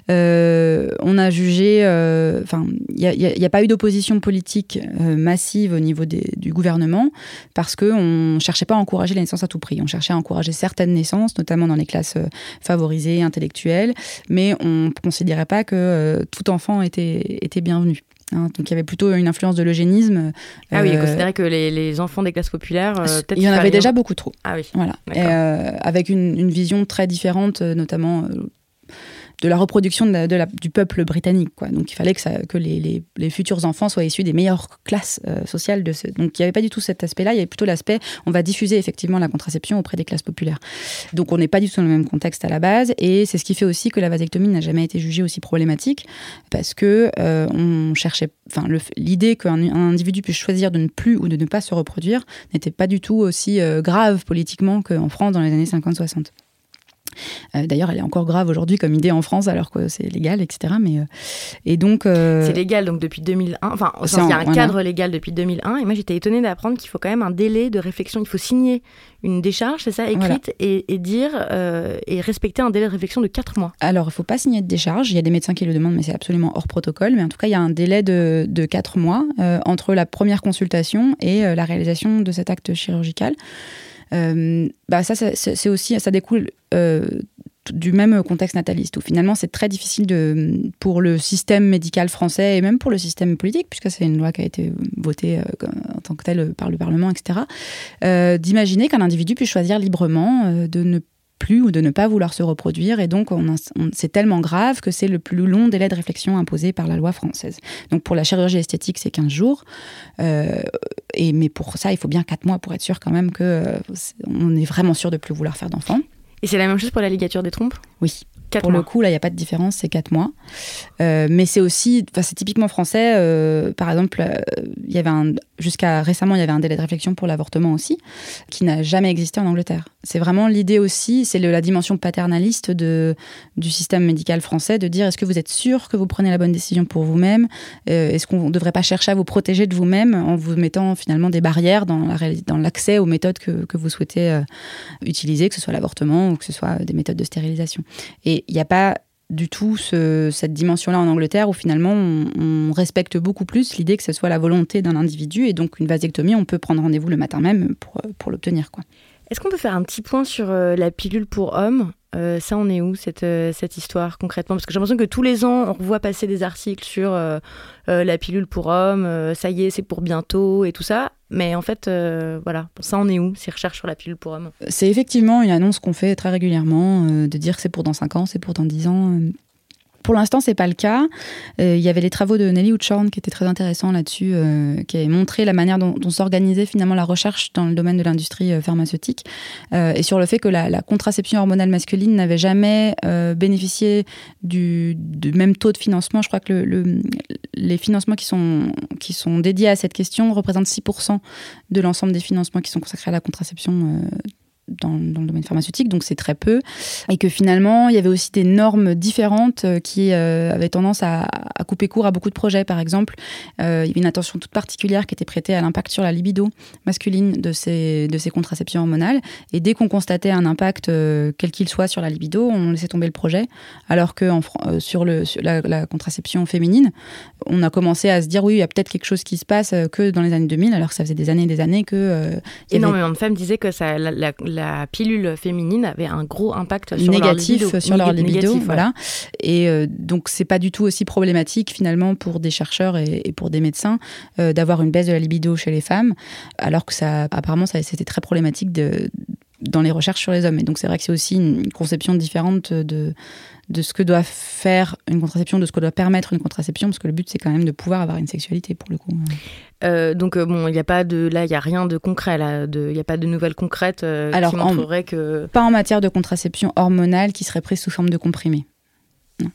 euh, on a jugé, enfin, euh, il n'y a, a pas eu d'opposition politique euh, massive au niveau des, du gouvernement, parce qu'on ne cherchait pas à encourager la naissance à tout prix, on cherchait à encourager certaines naissances, notamment dans les classes euh, favorisées, intellectuelles, mais on ne considérait pas que euh, tout enfant était, était bienvenu. Hein, donc il y avait plutôt une influence de l'eugénisme. Ah euh, oui, il considérait que les, les enfants des classes populaires, euh, peut-être il y en avait déjà beaucoup trop. Ah oui. Voilà. Et, euh, avec une, une vision très différente, notamment euh, de la reproduction de la, de la, du peuple britannique, quoi. Donc il fallait que, ça, que les, les, les futurs enfants soient issus des meilleures classes euh, sociales. De ce... Donc il n'y avait pas du tout cet aspect-là, il y avait plutôt l'aspect, on va diffuser effectivement la contraception auprès des classes populaires. Donc on n'est pas du tout dans le même contexte à la base, et c'est ce qui fait aussi que la vasectomie n'a jamais été jugée aussi problématique, parce que euh, on cherchait, enfin le, l'idée qu'un un individu puisse choisir de ne plus ou de ne pas se reproduire n'était pas du tout aussi euh, grave politiquement qu'en France dans les années cinquante soixante. Euh, d'ailleurs, elle est encore grave aujourd'hui comme idée en France, alors que c'est légal, et cetera. Mais, euh, et donc, euh... c'est légal donc depuis deux mille un. Enfin, au sens, il y a un voilà. cadre légal depuis deux mille un. Et moi, j'étais étonnée d'apprendre qu'il faut quand même un délai de réflexion. Il faut signer une décharge, c'est ça, écrite, voilà. et, et dire euh, et respecter un délai de réflexion de quatre mois. Alors, il ne faut pas signer de décharge. Il y a des médecins qui le demandent, mais c'est absolument hors protocole. Mais en tout cas, il y a un délai de, de quatre mois euh, entre la première consultation et euh, la réalisation de cet acte chirurgical. Euh, bah ça, ça, c'est aussi, ça découle euh, du même contexte nataliste où finalement c'est très difficile de, pour le système médical français et même pour le système politique, puisque c'est une loi qui a été votée euh, en tant que telle par le Parlement, et cetera, euh, d'imaginer qu'un individu puisse choisir librement euh, de ne plus ou de ne pas vouloir se reproduire. Et donc, on, on, c'est tellement grave que c'est le plus long délai de réflexion imposé par la loi française. Donc, pour la chirurgie esthétique, c'est quinze jours. Euh, et, mais pour ça, il faut bien quatre mois pour être sûr quand même qu'on euh, est vraiment sûr de ne plus vouloir faire d'enfant. Et c'est la même chose pour la ligature des trompes ? Oui. Quatre pour mois. Le coup, là, il n'y a pas de différence, c'est quatre mois. Euh, mais c'est aussi, c'est typiquement français. Euh, par exemple, il euh, y avait un, jusqu'à récemment, il y avait un délai de réflexion pour l'avortement aussi, qui n'a jamais existé en Angleterre. C'est vraiment l'idée aussi, c'est le, la dimension paternaliste de, du système médical français, de dire est-ce que vous êtes sûr que vous prenez la bonne décision pour vous-même ? euh, Est-ce qu'on ne devrait pas chercher à vous protéger de vous-même en vous mettant finalement des barrières dans, la, dans l'accès aux méthodes que, que vous souhaitez euh, utiliser, que ce soit l'avortement ou que ce soit des méthodes de stérilisation. Et il n'y a pas du tout ce, cette dimension-là en Angleterre où finalement on, on respecte beaucoup plus l'idée que ce soit la volonté d'un individu et donc une vasectomie, on peut prendre rendez-vous le matin même pour, pour l'obtenir, quoi. Est-ce qu'on peut faire un petit point sur euh, la pilule pour hommes ? euh, Ça, on est où, cette, euh, cette histoire, concrètement ? Parce que j'ai l'impression que tous les ans, on revoit passer des articles sur euh, euh, la pilule pour hommes, euh, ça y est, c'est pour bientôt, et tout ça. Mais en fait, euh, voilà, ça, on est où, ces recherches sur la pilule pour hommes ? C'est effectivement une annonce qu'on fait très régulièrement, euh, de dire que c'est pour dans cinq ans, c'est pour dans dix ans... Euh... Pour l'instant, c'est pas le cas. Euh, il y avait les travaux de Nelly Hutchorn qui étaient très intéressants là-dessus, euh, qui avaient montré la manière dont, dont s'organisait finalement la recherche dans le domaine de l'industrie euh, pharmaceutique euh, et sur le fait que la, la contraception hormonale masculine n'avait jamais euh, bénéficié du, du même taux de financement. Je crois que le, le, les financements qui sont, qui sont dédiés à cette question représentent six pour cent de l'ensemble des financements qui sont consacrés à la contraception euh, Dans, dans le domaine pharmaceutique, donc c'est très peu. Et que finalement, il y avait aussi des normes différentes qui euh, avaient tendance à, à couper court à beaucoup de projets. Par exemple, euh, il y avait une attention toute particulière qui était prêtée à l'impact sur la libido masculine de ces, de ces contraceptions hormonales. Et dès qu'on constatait un impact, euh, quel qu'il soit, sur la libido, on laissait tomber le projet. Alors que en, euh, sur, le, sur la, la contraception féminine, on a commencé à se dire, oui, il y a peut-être quelque chose qui se passe que dans les années deux mille, alors que ça faisait des années et des années que... Euh, y Énormément avait... de femmes disaient que ça, la, la, la pilule féminine avait un gros impact sur négatif, leur libido. sur leur libido, négatif, voilà. Ouais. Et euh, donc c'est pas du tout aussi problématique finalement pour des chercheurs et, et pour des médecins euh, d'avoir une baisse de la libido chez les femmes, alors que ça, apparemment, ça, c'était très problématique de, dans les recherches sur les hommes. Et donc c'est vrai que c'est aussi une conception différente de de ce que doit faire une contraception, de ce que doit permettre une contraception, parce que le but, c'est quand même de pouvoir avoir une sexualité, pour le coup. Euh, donc, euh, bon, il n'y a pas de... Là, il n'y a rien de concret, là. Il n'y a pas de nouvelles concrètes euh, Alors, qui montreraient en, que... Pas en matière de contraception hormonale qui serait prise sous forme de comprimé. Non.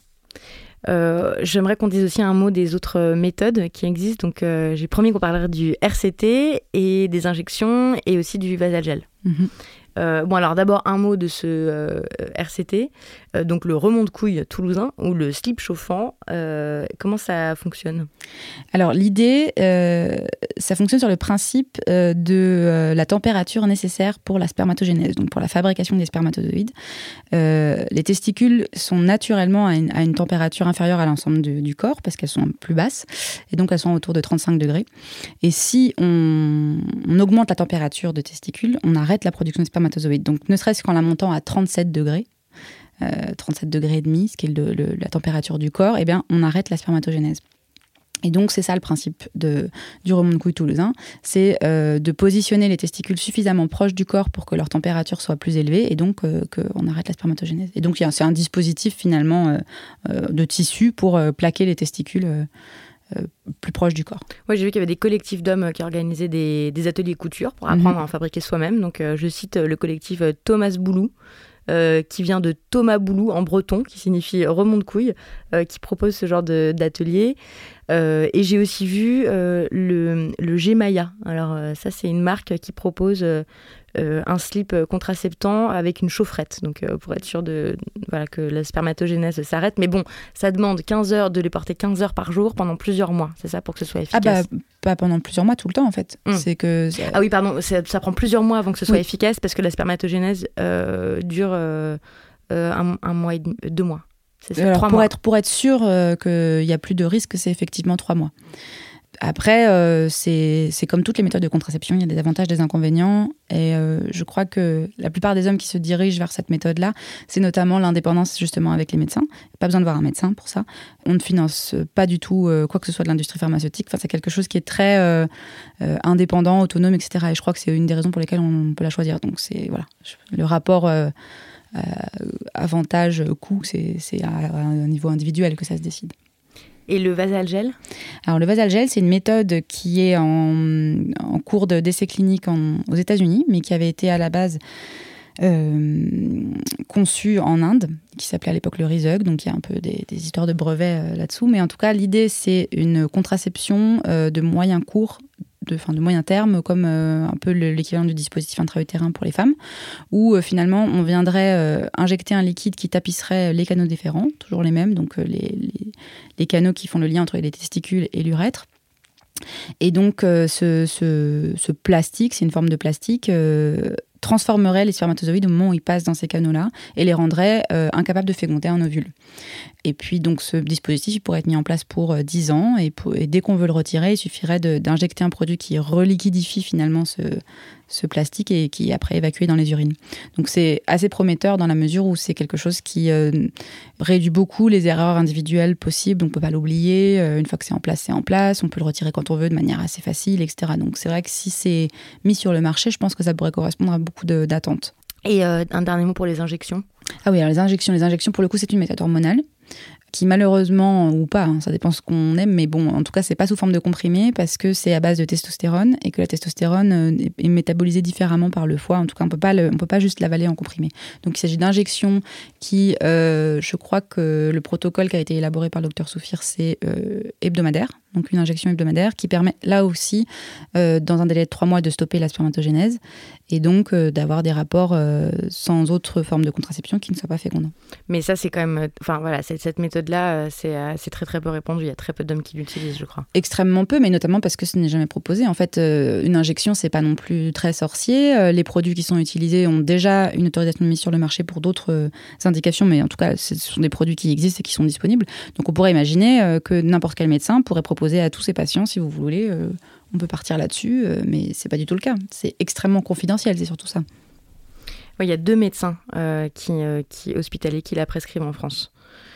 Euh, j'aimerais qu'on dise aussi un mot des autres méthodes qui existent. Donc, euh, j'ai promis qu'on parlerait du R C T et des injections et aussi du Vasalgel. Mm-hmm. Euh, bon, alors d'abord, un mot de ce euh, R C T, euh, donc le remonte-couille toulousain ou le slip chauffant. Euh, comment ça fonctionne ? Alors, l'idée, euh, ça fonctionne sur le principe euh, de euh, la température nécessaire pour la spermatogénèse, donc pour la fabrication des spermatozoïdes. Euh, les testicules sont naturellement à une, à une température inférieure à l'ensemble du, du corps parce qu'elles sont plus basses et donc elles sont autour de trente-cinq degrés. Et si on, on augmente la température de testicules, on arrête la production de spermatozoïdes. Donc, ne serait-ce qu'en la montant à trente-sept degrés, euh, trente-sept degrés et demi, ce qui est le, le, la température du corps, eh bien, on arrête la spermatogénèse. Et donc, c'est ça le principe de, du remonte-couille toulousain, c'est euh, de positionner les testicules suffisamment proches du corps pour que leur température soit plus élevée et donc euh, qu'on arrête la spermatogénèse. Et donc, c'est un dispositif finalement euh, euh, de tissu pour euh, plaquer les testicules euh, Euh, plus proche du corps. Moi, j'ai vu qu'il y avait des collectifs d'hommes qui organisaient des, des ateliers couture pour apprendre mmh. à en fabriquer soi-même. Donc, euh, je cite le collectif Thomas Boulou, euh, qui vient de Thomas Boulou en breton, qui signifie remonte-couille, euh, qui propose ce genre de, d'atelier. Euh, et j'ai aussi vu euh, le, le Gemaya. Alors, euh, ça, c'est une marque qui propose... Euh, euh, un slip contraceptant avec une chaufferette, donc euh, pour être sûr de, voilà, que la spermatogénèse s'arrête. Mais bon, ça demande quinze heures, de les porter quinze heures par jour pendant plusieurs mois, c'est ça, pour que ce soit efficace? Ah bah, pas pendant plusieurs mois, tout le temps en fait. Mmh. C'est que... Ah oui, pardon, ça, ça prend plusieurs mois avant que ce soit oui. efficace, parce que la spermatogénèse euh, dure euh, euh, un, un mois et demi, deux mois. C'est ça, Alors, trois pour mois. être, pour être sûr euh, qu'il n'y a plus de risque, c'est effectivement trois mois. Après, euh, c'est, c'est comme toutes les méthodes de contraception, il y a des avantages, des inconvénients. Et euh, je crois que la plupart des hommes qui se dirigent vers cette méthode-là, c'est notamment l'indépendance justement avec les médecins. Pas besoin de voir un médecin pour ça. On ne finance pas du tout euh, quoi que ce soit de l'industrie pharmaceutique. Enfin, c'est quelque chose qui est très euh, euh, indépendant, autonome, et cetera. Et je crois que c'est une des raisons pour lesquelles on peut la choisir. Donc, c'est voilà, le rapport euh, euh, avantage-coût, c'est, c'est à un niveau individuel que ça se décide. Et le Vasalgel ? Alors le Vasalgel, c'est une méthode qui est en, en cours de, d'essai clinique en, aux États-Unis, mais qui avait été à la base euh, conçue en Inde, qui s'appelait à l'époque le Rizug, donc il y a un peu des, des histoires de brevets euh, là-dessous. Mais en tout cas, l'idée, c'est une contraception euh, de moyen court, de, fin, de moyen terme, comme euh, un peu le, l'équivalent du dispositif intra-utérin pour les femmes, où euh, finalement on viendrait euh, injecter un liquide qui tapisserait les canaux déférents, toujours les mêmes, donc euh, les, les, les canaux qui font le lien entre les testicules et l'urètre. Et donc euh, ce, ce, ce plastique, c'est une forme de plastique, euh, transformerait les spermatozoïdes au moment où ils passent dans ces canaux-là et les rendrait euh, incapables de féconder un ovule. Et puis donc ce dispositif il pourrait être mis en place pour euh, dix ans et, pour, et dès qu'on veut le retirer, il suffirait de, d'injecter un produit qui reliquidifie finalement ce, ce plastique et qui est après évacué dans les urines. Donc c'est assez prometteur dans la mesure où c'est quelque chose qui euh, réduit beaucoup les erreurs individuelles possibles, on ne peut pas l'oublier, euh, une fois que c'est en place, c'est en place, on peut le retirer quand on veut de manière assez facile, et cetera. Donc c'est vrai que si c'est mis sur le marché, je pense que ça pourrait correspondre à beaucoup de, d'attentes. Et euh, un dernier mot pour les injections ? Ah oui, alors les injections, les injections pour le coup c'est une méthode hormonale qui malheureusement, ou pas, hein, ça dépend ce qu'on aime, mais bon, en tout cas, c'est pas sous forme de comprimé parce que c'est à base de testostérone et que la testostérone est, est métabolisée différemment par le foie. En tout cas, on peut pas le, on peut pas juste l'avaler en comprimé. Donc, il s'agit d'injections qui, euh, je crois que le protocole qui a été élaboré par le docteur Soufir, c'est euh, hebdomadaire. Donc, une injection hebdomadaire qui permet là aussi, euh, dans un délai de trois mois, de stopper la spermatogénèse et donc euh, d'avoir des rapports euh, sans autre forme de contraception qui ne soit pas fécondant. Mais ça, c'est quand même... Enfin, voilà, c'est, cette méthode-là, c'est, c'est très, très peu répandu. Il y a très peu d'hommes qui l'utilisent, je crois. Extrêmement peu, mais notamment parce que ce n'est jamais proposé. En fait, euh, une injection, c'est pas non plus très sorcier. Euh, les produits qui sont utilisés ont déjà une autorisation de mise sur le marché pour d'autres euh, indications, mais en tout cas, ce sont des produits qui existent et qui sont disponibles. Donc, on pourrait imaginer euh, que n'importe quel médecin pourrait proposer à tous ses patients, si vous voulez, euh, on peut partir là-dessus, euh, mais c'est pas du tout le cas. C'est extrêmement confidentiel, c'est surtout ça. Oui, il y a deux médecins euh, qui, euh, qui, hospitaliers qui la prescrivent en France.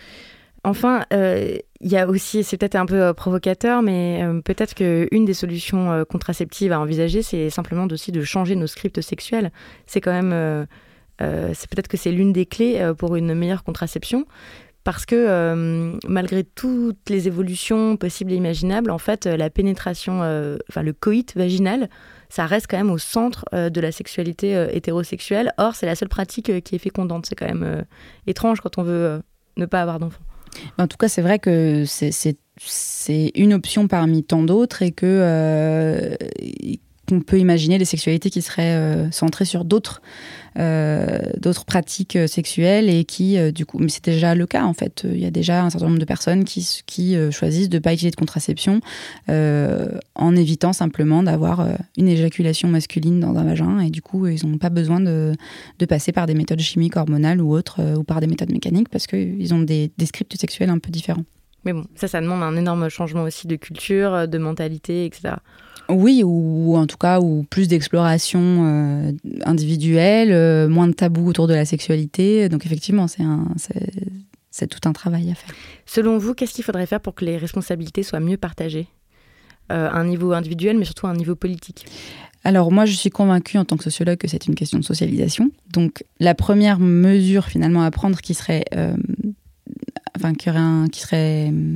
Enfin, euh, il y a aussi, c'est peut-être un peu euh, provocateur, mais euh, peut-être qu'une des solutions euh, contraceptives à envisager, c'est simplement aussi de changer nos scripts sexuels. C'est quand même, euh, euh, c'est peut-être que c'est l'une des clés euh, pour une meilleure contraception. Parce que euh, malgré toutes les évolutions possibles et imaginables, en fait, la pénétration, euh, enfin le coït vaginal, ça reste quand même au centre euh, de la sexualité euh, hétérosexuelle. Or, c'est la seule pratique euh, qui est fécondante. C'est quand même euh, étrange quand on veut euh, ne pas avoir d'enfant. En tout cas, c'est vrai que c'est, c'est, c'est une option parmi tant d'autres et que euh, qu'on peut imaginer des sexualités qui seraient euh, centrées sur d'autres Euh, d'autres pratiques sexuelles et qui, euh, du coup, mais c'est déjà le cas en fait. Il y a déjà un certain nombre de personnes qui, qui euh, choisissent de ne pas utiliser de contraception euh, en évitant simplement d'avoir euh, une éjaculation masculine dans un vagin et du coup, ils n'ont pas besoin de, de passer par des méthodes chimiques, hormonales ou autres euh, ou par des méthodes mécaniques parce qu'ils ont des, des scripts sexuels un peu différents. Mais bon, ça, ça demande un énorme changement aussi de culture, de mentalité, et cetera. Oui, ou en tout cas, ou plus d'exploration euh, individuelle, euh, moins de tabous autour de la sexualité. Donc effectivement, c'est, un, c'est, c'est tout un travail à faire. Selon vous, qu'est-ce qu'il faudrait faire pour que les responsabilités soient mieux partagées euh, à un niveau individuel, mais surtout à un niveau politique ? Alors moi, je suis convaincue en tant que sociologue que c'est une question de socialisation. Donc la première mesure finalement à prendre qui serait... Euh, enfin, qui, aurait un, qui serait...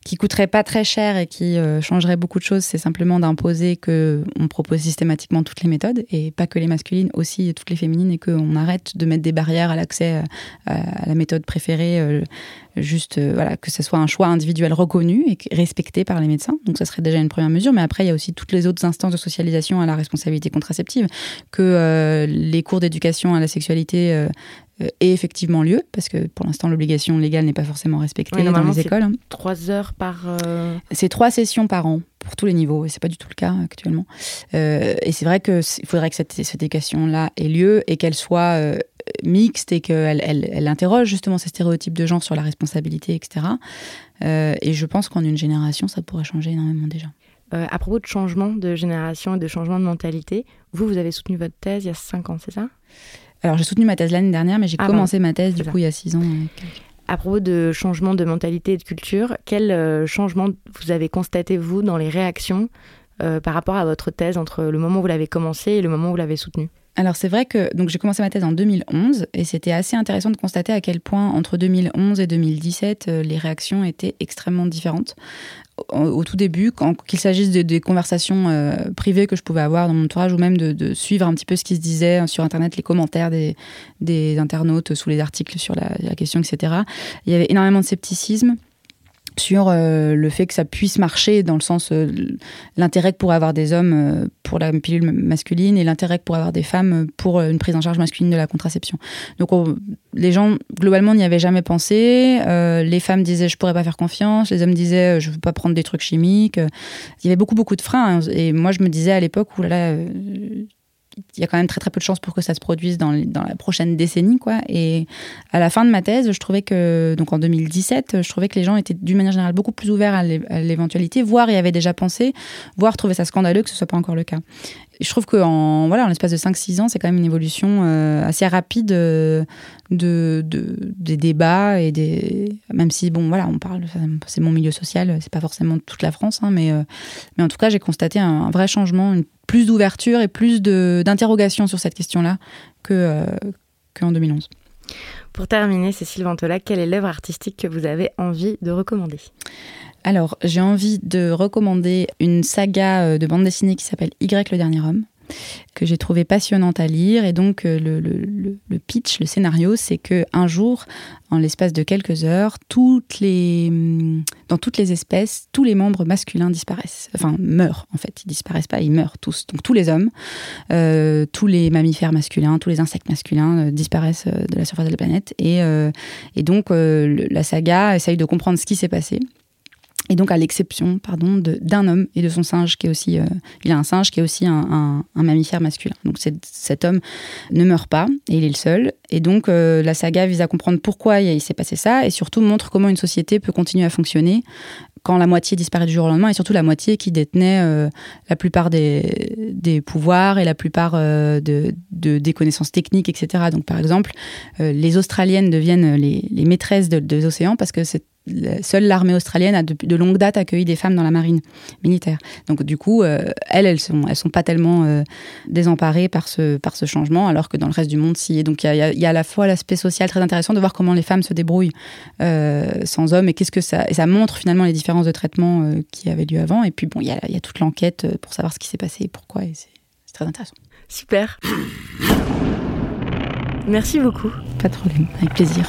qui coûterait pas très cher et qui euh, changerait beaucoup de choses, c'est simplement d'imposer qu'on propose systématiquement toutes les méthodes, et pas que les masculines, aussi toutes les féminines, et qu'on arrête de mettre des barrières à l'accès à, à la méthode préférée, euh, juste euh, voilà, que ce soit un choix individuel reconnu et respecté par les médecins. Donc ça serait déjà une première mesure, mais après il y a aussi toutes les autres instances de socialisation à la responsabilité contraceptive, que euh, les cours d'éducation à la sexualité euh, ait effectivement lieu, parce que pour l'instant l'obligation légale n'est pas forcément respectée oui, dans les écoles. C'est trois heures par... Euh... C'est trois sessions par an pour tous les niveaux, et c'est pas du tout le cas actuellement. Euh, et c'est vrai qu'il faudrait que cette, cette éducation-là ait lieu et qu'elle soit euh, mixte et qu'elle elle, elle interroge justement ces stéréotypes de genre sur la responsabilité, et cetera. Euh, et je pense qu'en une génération, ça pourrait changer énormément déjà. Euh, à propos de changement de génération et de changement de mentalité, vous, vous avez soutenu votre thèse il y a cinq ans, c'est ça ? Alors, j'ai soutenu ma thèse l'année dernière, mais j'ai ah commencé bon, ma thèse, du coup, il y a six ans. À propos de changement de mentalité et de culture, quel euh, changement vous avez constaté, vous, dans les réactions euh, par rapport à votre thèse entre le moment où vous l'avez commencée et le moment où vous l'avez soutenue ? Alors, c'est vrai que donc, j'ai commencé ma thèse en deux mille onze, et c'était assez intéressant de constater à quel point, entre deux mille onze et deux mille dix-sept, euh, les réactions étaient extrêmement différentes. Au, au tout début, quand, qu'il s'agisse de, des conversations euh, privées que je pouvais avoir dans mon entourage, ou même de, de suivre un petit peu ce qui se disait sur Internet, les commentaires des, des internautes sous les articles sur la, la question, et cetera, il y avait énormément de scepticisme sur euh, le fait que ça puisse marcher, dans le sens euh, l'intérêt que pourraient avoir des hommes euh, pour la pilule masculine et l'intérêt que pourraient avoir des femmes pour une prise en charge masculine de la contraception. Donc on, les gens globalement n'y avaient jamais pensé. Euh, les femmes disaient je pourrais pas faire confiance, les hommes disaient je veux pas prendre des trucs chimiques. Il y avait beaucoup beaucoup de freins, hein, et moi je me disais à l'époque où là, là euh, il y a quand même très très peu de chances pour que ça se produise dans, dans la prochaine décennie, quoi. Et à la fin de ma thèse, je trouvais que, donc en deux mille dix-sept, je trouvais que les gens étaient d'une manière générale beaucoup plus ouverts à l'éventualité, voire y avaient déjà pensé, voire trouvaient ça scandaleux que ce soit pas encore le cas. Et je trouve qu'en voilà, en l'espace de cinq six ans, c'est quand même une évolution euh, assez rapide euh, de, de, des débats, et des, même si, bon, voilà, on parle, c'est mon milieu social, c'est pas forcément toute la France, hein, mais, euh, mais en tout cas, j'ai constaté un, un vrai changement, une plus d'ouverture et plus de, d'interrogation sur cette question-là que, euh, qu'en deux mille onze. Pour terminer, Cécile Ventola, quelle est l'œuvre artistique que vous avez envie de recommander ? Alors, j'ai envie de recommander une saga de bande dessinée qui s'appelle Y, le dernier homme, que j'ai trouvé passionnante à lire. Et donc, le, le, le, le pitch, le scénario, c'est qu'un jour, en l'espace de quelques heures, toutes les, dans toutes les espèces, tous les membres masculins disparaissent. Enfin, meurent, en fait. Ils disparaissent pas, ils meurent tous. Donc, tous les hommes, euh, tous les mammifères masculins, tous les insectes masculins euh, disparaissent de la surface de la planète. Et, euh, et donc, euh, la saga essaye de comprendre ce qui s'est passé. Et donc, à l'exception, pardon, de, d'un homme et de son singe, qui est aussi, euh, il a un singe qui est aussi un, un, un mammifère masculin. Donc, c'est, cet homme ne meurt pas, et il est le seul. Et donc, euh, la saga vise à comprendre pourquoi il s'est passé ça, et surtout montre comment une société peut continuer à fonctionner quand la moitié disparaît du jour au lendemain, et surtout la moitié qui détenait euh, la plupart des, des pouvoirs et la plupart euh, de, de, des connaissances techniques, et cetera. Donc, par exemple, euh, les Australiennes deviennent les, les maîtresses de, des océans, parce que c'est seule l'armée australienne a depuis de longue date accueilli des femmes dans la marine militaire. Donc du coup, euh, elles, elles sont, elles sont pas tellement euh, désemparées par ce, par ce changement, alors que dans le reste du monde, si. Et donc il y a, y a à la fois l'aspect social très intéressant de voir comment les femmes se débrouillent euh, sans hommes, et qu'est-ce que ça, et ça montre finalement les différences de traitement euh, qui avaient lieu avant. Et puis bon, il y a, y a toute l'enquête pour savoir ce qui s'est passé et pourquoi. Et c'est, c'est très intéressant. Super. Merci beaucoup. Pas de problème, avec plaisir.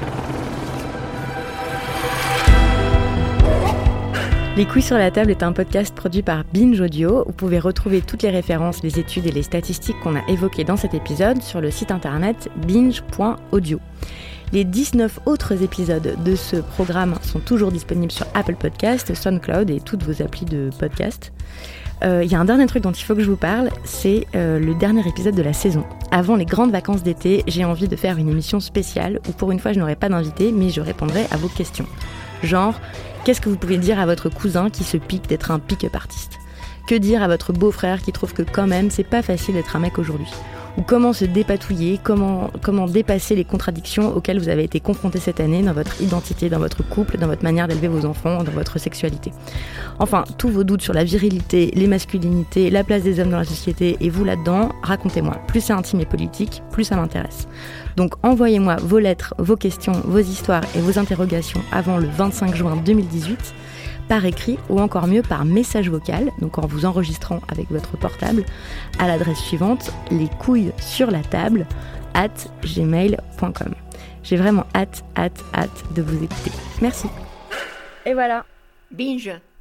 Les couilles sur la table est un podcast produit par Binge Audio. Vous pouvez retrouver toutes les références, les études et les statistiques qu'on a évoquées dans cet épisode sur le site internet binge point audio. Les dix-neuf autres épisodes de ce programme sont toujours disponibles sur Apple Podcasts, SoundCloud et toutes vos applis de podcast. Il euh, y a un dernier truc dont il faut que je vous parle, c'est euh, le dernier épisode de la saison. Avant les grandes vacances d'été, j'ai envie de faire une émission spéciale où pour une fois je n'aurai pas d'invité, mais je répondrai à vos questions. Genre, qu'est-ce que vous pouvez dire à votre cousin qui se pique d'être un pick-up artiste ? Que dire à votre beau-frère qui trouve que quand même c'est pas facile d'être un mec aujourd'hui ? Ou comment se dépatouiller, comment, comment dépasser les contradictions auxquelles vous avez été confrontés cette année dans votre identité, dans votre couple, dans votre manière d'élever vos enfants, dans votre sexualité. Enfin, tous vos doutes sur la virilité, les masculinités, la place des hommes dans la société et vous là-dedans, racontez-moi. Plus c'est intime et politique, plus ça m'intéresse. Donc envoyez-moi vos lettres, vos questions, vos histoires et vos interrogations avant le vingt-cinq juin deux mille dix-huit. par écrit ou encore mieux par message vocal, donc en vous enregistrant avec votre portable, à l'adresse suivante, les couilles sur la table, at gmail point com. J'ai vraiment hâte, hâte, hâte de vous écouter. Merci. Et voilà. Binge.